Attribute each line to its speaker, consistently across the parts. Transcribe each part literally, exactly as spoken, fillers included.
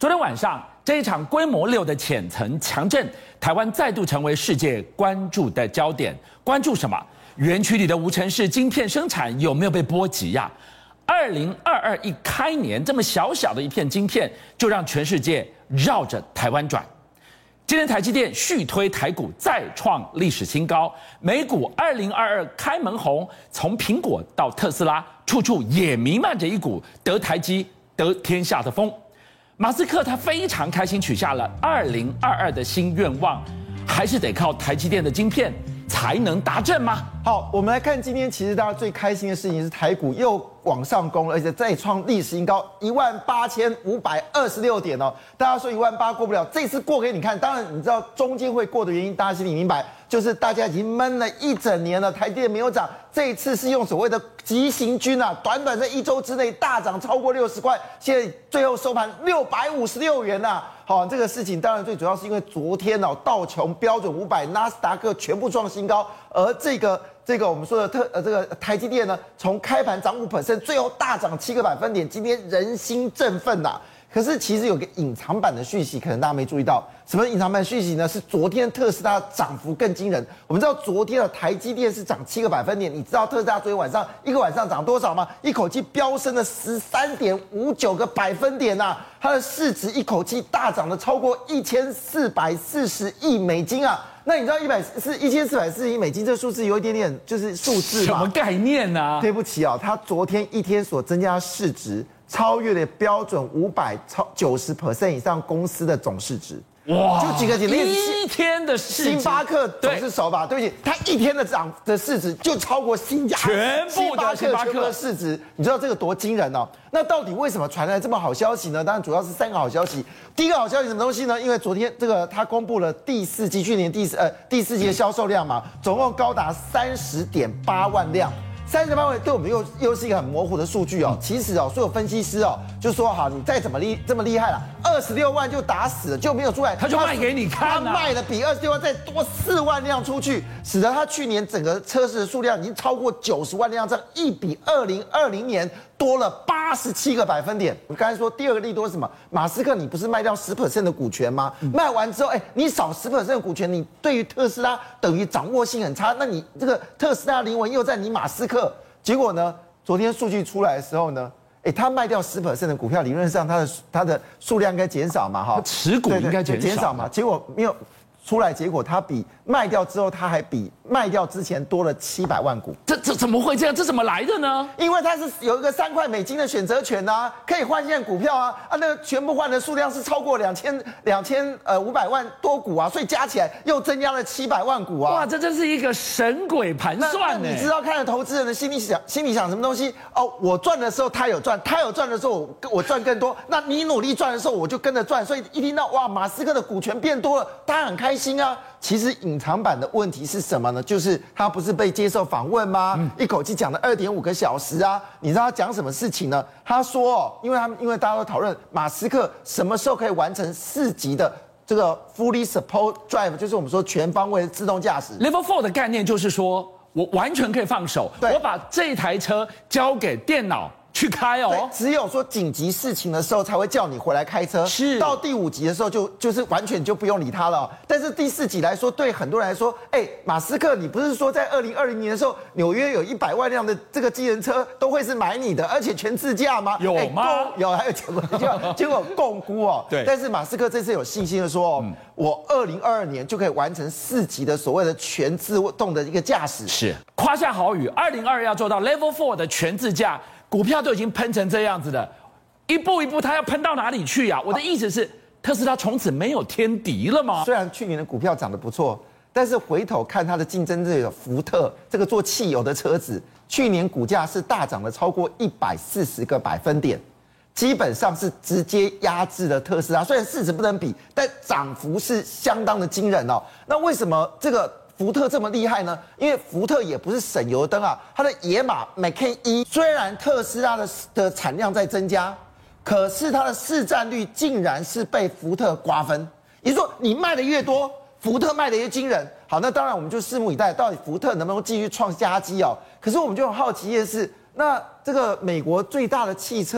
Speaker 1: 昨天晚上，这一场规模六的浅层强震，台湾再度成为世界关注的焦点。关注什么？园区里的无尘室晶片生产有没有被波及呀、啊？二零二二一开年，这么小小的一片晶片，就让全世界绕着台湾转。今天台积电续推台股再创历史新高，美股二零二二开门红，从苹果到特斯拉，处处也弥漫着一股得台积得天下的风。马斯克他非常开心，许下了二零二二的新愿望，还是得靠台积电的晶片才能达阵吗？
Speaker 2: 好，我们来看今天，其实大家最开心的事情是台股又往上攻了，而且再创历史新高一万八千五百二十六点哦。大家说一万八过不了，这次过给你看。当然，你知道中间会过的原因，大家心里明白，就是大家已经闷了一整年了，台积电没有涨，这一次是用所谓的急行军啊，短短在一周之内大涨超过六十块，现在最后收盘六百五十六元呐、啊。好，这个事情当然最主要是因为昨天哦，道琼标准五百、纳斯达克全部创新高，而这个。这个我们说的特呃这个台积电呢，从开盘涨五 percent， 最后大涨七个百分点，今天人心振奋呐、啊。可是其实有个隐藏版的讯息，可能大家没注意到。什么隐藏版讯息呢？是昨天特斯拉涨幅更惊人。我们知道昨天的台积电是涨七个百分点，你知道特斯拉昨天晚上一个晚上涨多少吗？一口气飙升了十三点五九个百分点呐、啊，它的市值一口气大涨了超过一千四百四十亿美金啊。那你知道一百是一千四百四十亿美金这个数字有一点点就是数字
Speaker 1: 什么概念呢、啊？
Speaker 2: 对不起啊、哦，它昨天一天所增加的市值超越了标准五百超九十 percent 以上公司的总市值。哇！就举个简单例子，
Speaker 1: 一天的市值，
Speaker 2: 星巴克总是首吧？对不起，它一天的涨的市值就超过新加
Speaker 1: 全部的星巴克
Speaker 2: 的市值，你知道这个多惊人哦？那到底为什么传来这么好消息呢？当然主要是三个好消息。第一个好消息什么东西呢？因为昨天这个它公布了第四季去年第四呃第四季的销售量嘛，总共高达三十点八万辆。三十八万对我们又又是一个很模糊的数据哦。其实哦，所有分析师哦就说好，你再怎么厉这么厉害了，二十六万就打死了，就没有出来，
Speaker 1: 他就卖给你看、啊，
Speaker 2: 他卖的比二十六万再多四万辆出去，使得他去年整个车市的数量已经超过九十万辆，这样一比二零二零年多了八十七个百分点。我刚才说第二个利多是什么？马斯克你不是卖掉十 percent 的股权吗？嗯、卖完之后，哎，你少十 percent 的股权，你对于特斯拉等于掌握性很差，那你这个特斯拉灵魂又在你马斯克。结果呢？昨天数据出来的时候呢，哎，他卖掉十 percent 的股票，理论上他的他的数量应该减少嘛，哈，
Speaker 1: 持股应该减少
Speaker 2: 减少嘛。结果没有出来，结果他比卖掉之后，他还比卖掉之前多了七百万股。
Speaker 1: 这这怎么会这样？这怎么来的呢？
Speaker 2: 因为他是有一个三块美金的选择权呐、啊，可以换现股票啊，啊，那个全部换的数量是超过两千两千呃五百万多股啊，所以加起来又增加了七百万股啊！
Speaker 1: 哇，这真是一个神鬼盘算呢！
Speaker 2: 你知道看着投资人的心里想心里想什么东西？哦，我赚的时候他有赚，他有赚的时候我我赚更多，那你努力赚的时候我就跟着赚，所以一听到哇马斯克的股权变多了，他很开心啊。其实隐藏版的问题是什么呢？就是他不是被接受访问吗？嗯、一口气讲了二点五个小时啊！你知道他讲什么事情呢？他说哦，因为他们因为大家都讨论马斯克什么时候可以完成四级的这个 fully support drive， 就是我们说全方位的自动驾驶。
Speaker 1: Level Four 的概念就是说我完全可以放手，我把这台车交给电脑去开哦，
Speaker 2: 只有说紧急事情的时候才会叫你回来开车。
Speaker 1: 是
Speaker 2: 到第五集的时候就就是完全就不用理他了、哦。但是第四集来说，对很多人来说，哎，马斯克，你不是说在二零二零年的时候，纽约有一百万辆的这个机人车都会是买你的，而且全自驾吗？
Speaker 1: 有吗？
Speaker 2: 有，还有结果结果结果共估哦。
Speaker 1: 对。
Speaker 2: 但是马斯克这次有信心的说，哦，嗯、我二零二二年就可以完成四级的所谓的全自动的一个驾驶。
Speaker 1: 是夸下好语，二零二二要做到 Level Four 的全自驾。股票都已经喷成这样子的，一步一步它要喷到哪里去呀、啊？我的意思是，特斯拉从此没有天敌了吗？
Speaker 2: 虽然去年的股票涨得不错，但是回头看它的竞争对手福特这个做汽油的车子，去年股价是大涨了超过一百四十个百分点，基本上是直接压制了特斯拉。虽然市值不能比，但涨幅是相当的惊人哦。那为什么这个福特这么厉害呢？因为福特也不是省油灯啊，它的野马 Macan 一虽然特斯拉的的产量在增加，可是它的市占率竟然是被福特瓜分。也就是说，你卖的越多，福特卖的越惊人。好，那当然我们就拭目以待，到底福特能不能继续创佳绩哦？可是我们就很好奇的是，那这个美国最大的汽车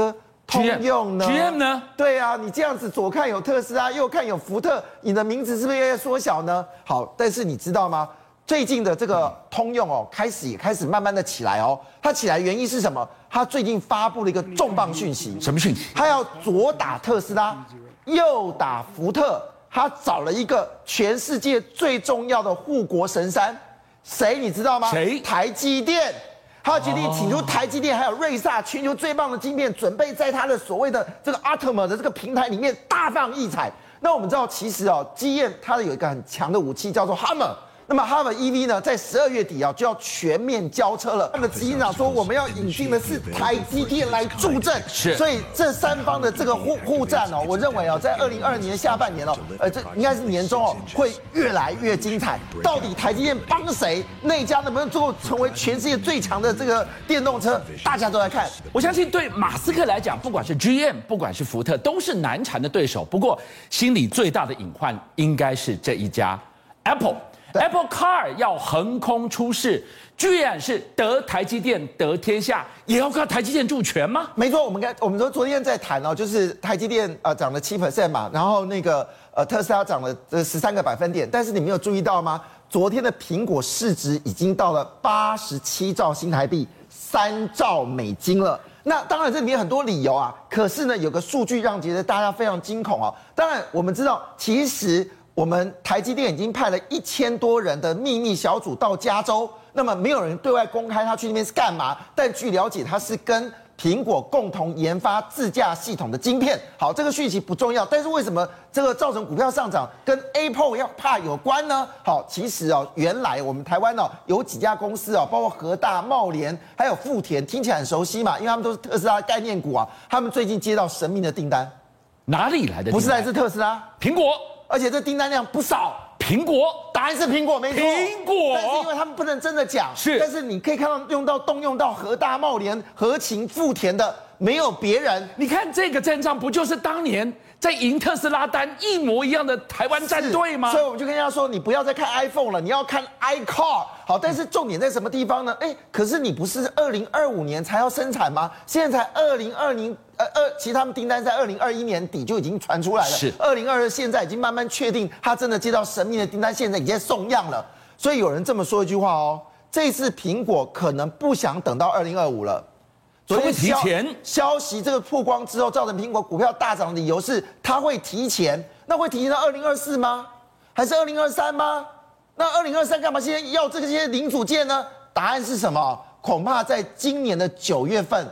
Speaker 2: 通用呢
Speaker 1: ？G M 呢？
Speaker 2: 对啊，你这样子左看有特斯拉，右看有福特，你的名字是不是越缩小呢？好，但是你知道吗？最近的这个通用哦，开始也开始慢慢的起来哦。它起来原因是什么？它最近发布了一个重磅讯息。
Speaker 1: 什么讯息？
Speaker 2: 它要左打特斯拉，右打福特。他找了一个全世界最重要的护国神山，谁你知道吗？
Speaker 1: 谁？
Speaker 2: 台积电。他决定请出台积电还有瑞萨全球最棒的晶片，准备在他的所谓的这个 Atom 的这个平台里面大放异彩。那我们知道，其实哦，基燕它有一个很强的武器叫做 Hammer。那么 Hammer E V 呢，在十二月底啊就要全面交车了。他们的执行长说，我们要引进的是台积电来助阵，
Speaker 1: 是。
Speaker 2: 所以这三方的这个互互战哦，我认为哦，在二零二二年下半年哦，呃，这应该是年中哦，会越来越精彩。到底台积电帮谁？那一家能不能最后成为全世界最强的这个电动车？大家都在看。
Speaker 1: 我相信对马斯克来讲，不管是 G M， 不管是福特，都是难缠的对手。不过心里最大的隐患应该是这一家 Apple。Apple Car 要横空出世，居然是得台积电得天下，也要靠台积电助拳吗？
Speaker 2: 没错，我们刚我们说昨天在谈哦，就是台积电呃涨了七 percent 嘛，然后那个呃特斯拉涨了呃十三个百分点，但是你没有注意到吗？昨天的苹果市值已经到了八十七兆新台币，三兆美金了。那当然这里面很多理由啊，可是呢有个数据让觉得大家非常惊恐哦。当然我们知道，其实。我们台积电已经派了一千多人的秘密小组到加州，那么没有人对外公开他去那边是干嘛，但据了解他是跟苹果共同研发自驾系统的晶片。好，这个讯息不重要，但是为什么这个造成股票上涨跟 Apple 要怕有关呢？好，其实哦，原来我们台湾哦有几家公司哦，包括和大、茂联还有富田，听起来很熟悉嘛，因为他们都是特斯拉概念股啊，他们最近接到神秘的订单，
Speaker 1: 哪里来的订单？
Speaker 2: 不是来自特斯拉，
Speaker 1: 苹果。
Speaker 2: 而且这订单量不少，
Speaker 1: 苹果
Speaker 2: 答案是苹果，没错。
Speaker 1: 苹果，
Speaker 2: 但是因为他们不能真的讲，
Speaker 1: 是，
Speaker 2: 但是你可以看到用到动用到和大、茂联、和勤、富田的，没有别人。
Speaker 1: 你看这个阵仗，不就是当年在赢特斯拉单一模一样的台湾战队吗？
Speaker 2: 所以我们就跟大家说，你不要再看 iPhone 了，你要看 iCar。好，但是重点在什么地方呢？哎，可是你不是二零二五年才要生产吗？现在才二零二零。呃二，其实他们订单在二零二一年底就已经传出来了，
Speaker 1: 是
Speaker 2: 二零二二现在已经慢慢确定，他真的接到神秘的订单，现在已经在送样了。所以有人这么说一句话哦，这次苹果可能不想等到二零二五了。
Speaker 1: 昨天提前
Speaker 2: 消息这个曝光之后，造成苹果股票大涨的理由是它会提前，那会提前到二零二四吗？还是二零二三吗？那二零二三干嘛现在要这些零组件呢？答案是什么？恐怕在今年的九月份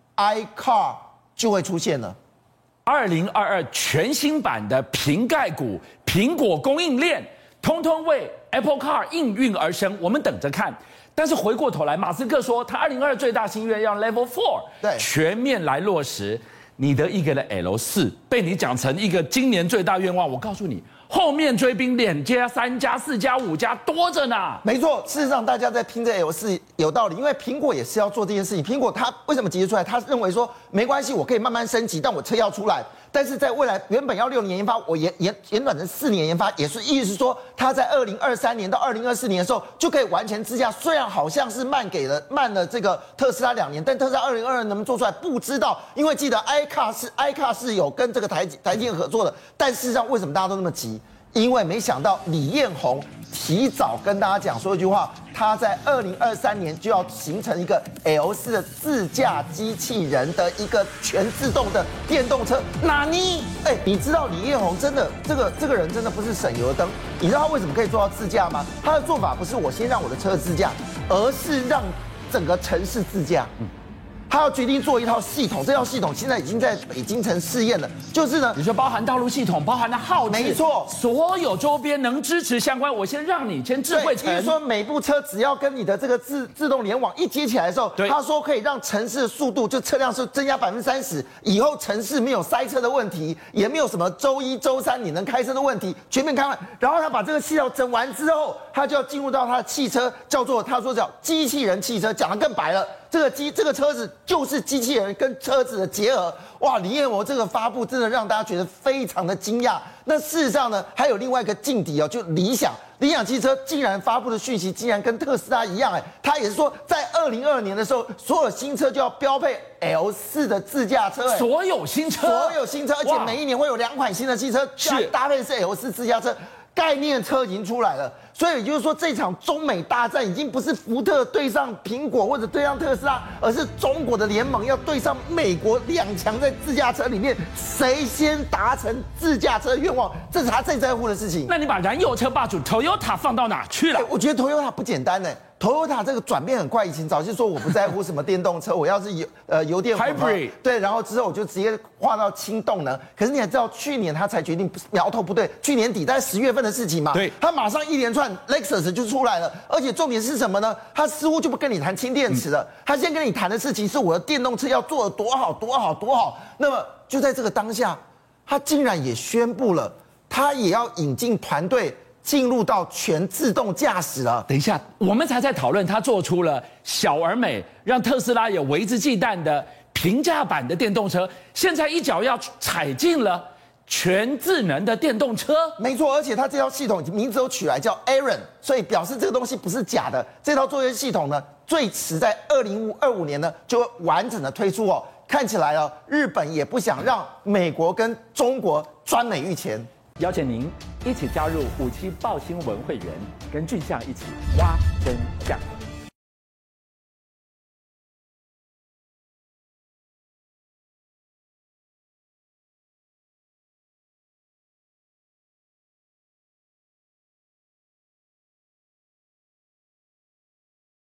Speaker 2: ，iCar。就会出现了。
Speaker 1: 二零二二全新版的瓶盖股苹果供应链，通通为 Apple Car 应运而生，我们等着看。但是回过头来，马斯克说他二零二二最大心愿要 Level Four，
Speaker 2: 对，
Speaker 1: 全面来落实。你的一个的 L 四被你讲成一个今年最大愿望，我告诉你，后面追兵两家、三家、四家、五家多着呢。
Speaker 2: 没错，事实上大家在拼这 L 四有道理，因为苹果也是要做这件事情。苹果它为什么急着出来？他认为说没关系，我可以慢慢升级，但我车要出来。但是在未来原本要六年研发，我延延延短成四年研发，也是意思是说，它在二零二三年到二零二四年的时候就可以完全自驾。虽然好像是慢给了慢了这个特斯拉两年，但特斯拉二零二二能不能做出来不知道，因为记得 iCar 是 iCar 是有跟这个台台积电合作的，但事实上为什么大家都那么急？因为没想到李彦宏提早跟大家讲说一句话，他在二零二三年就要形成一个 L 四的自驾机器人的一个全自动的电动车。哪尼？哎，你知道李彦宏真的这个这个人真的不是省油的灯。你知道他为什么可以做到自驾吗？他的做法不是我先让我的车自驾，而是让整个城市自驾。嗯。他要决定做一套系统，这套系统现在已经在北京城试验了。就是呢，
Speaker 1: 你说包含道路系统，包含了耗资，
Speaker 2: 没错，
Speaker 1: 所有周边能支持相关，我先让你先智慧城。
Speaker 2: 比如说每部车只要跟你的这个自自动联网一接起来的时候，他说可以让城市的速度就车辆是增加百分之三十，以后城市没有塞车的问题，也没有什么周一周三你能开车的问题，全面开完。然后他把这个系统整完之后，他就要进入到他的汽车，叫做他说叫机器人汽车，讲得更白了。 这个机这个车子就是机器人跟车子的结合。哇，李彦宏这个发布真的让大家觉得非常的惊讶。那事实上呢，还有另外一个劲敌哦，就理想。理想汽车竟然发布的讯息，竟然跟特斯拉一样，哎，他也是说，在二零二二年的时候，所有新车就要标配 L 四的自驾车，哎，
Speaker 1: 所有新车，
Speaker 2: 所有新车，而且每一年会有两款新的汽车，
Speaker 1: 是
Speaker 2: 搭配的是 L 四自驾车。概念车已经出来了，所以也就是说，这场中美大战已经不是福特对上苹果或者对上特斯拉，而是中国的联盟要对上美国两强，在自驾车里面谁先达成自驾车愿望，这是他最在乎的事情。
Speaker 1: 那你把燃油车霸主 Toyota 放到哪去了？
Speaker 2: 欸、我觉得 Toyota 不简单呢。Toyota 这个转变很快，以前早就说我不在乎什么电动车，我要是油呃油电混合，对，然后之后我就直接划到氢动能。可是你也知道，去年他才决定苗头不对，去年底在十月份的事情嘛，
Speaker 1: 对，
Speaker 2: 他马上一连串 Lexus 就出来了，而且重点是什么呢？他似乎就不跟你谈氢电池了，他先跟你谈的事情是我的电动车要做得多好多好多好。那么就在这个当下，他竟然也宣布了，他也要引进团队。进入到全自动驾驶了。
Speaker 1: 等一下，我们才在讨论，他做出了小而美，让特斯拉也为之忌惮的平价版的电动车，现在一脚要踩进了全智能的电动车。
Speaker 2: 没错，而且它这套系统名字都取来叫 Aaron， 所以表示这个东西不是假的。这套作业系统呢，最迟在二零二五年呢就会完整的推出哦。看起来哦，日本也不想让美国跟中国专美御前。
Speaker 1: 邀请您一起加入五七爆新闻会员，跟俊相一起挖真相。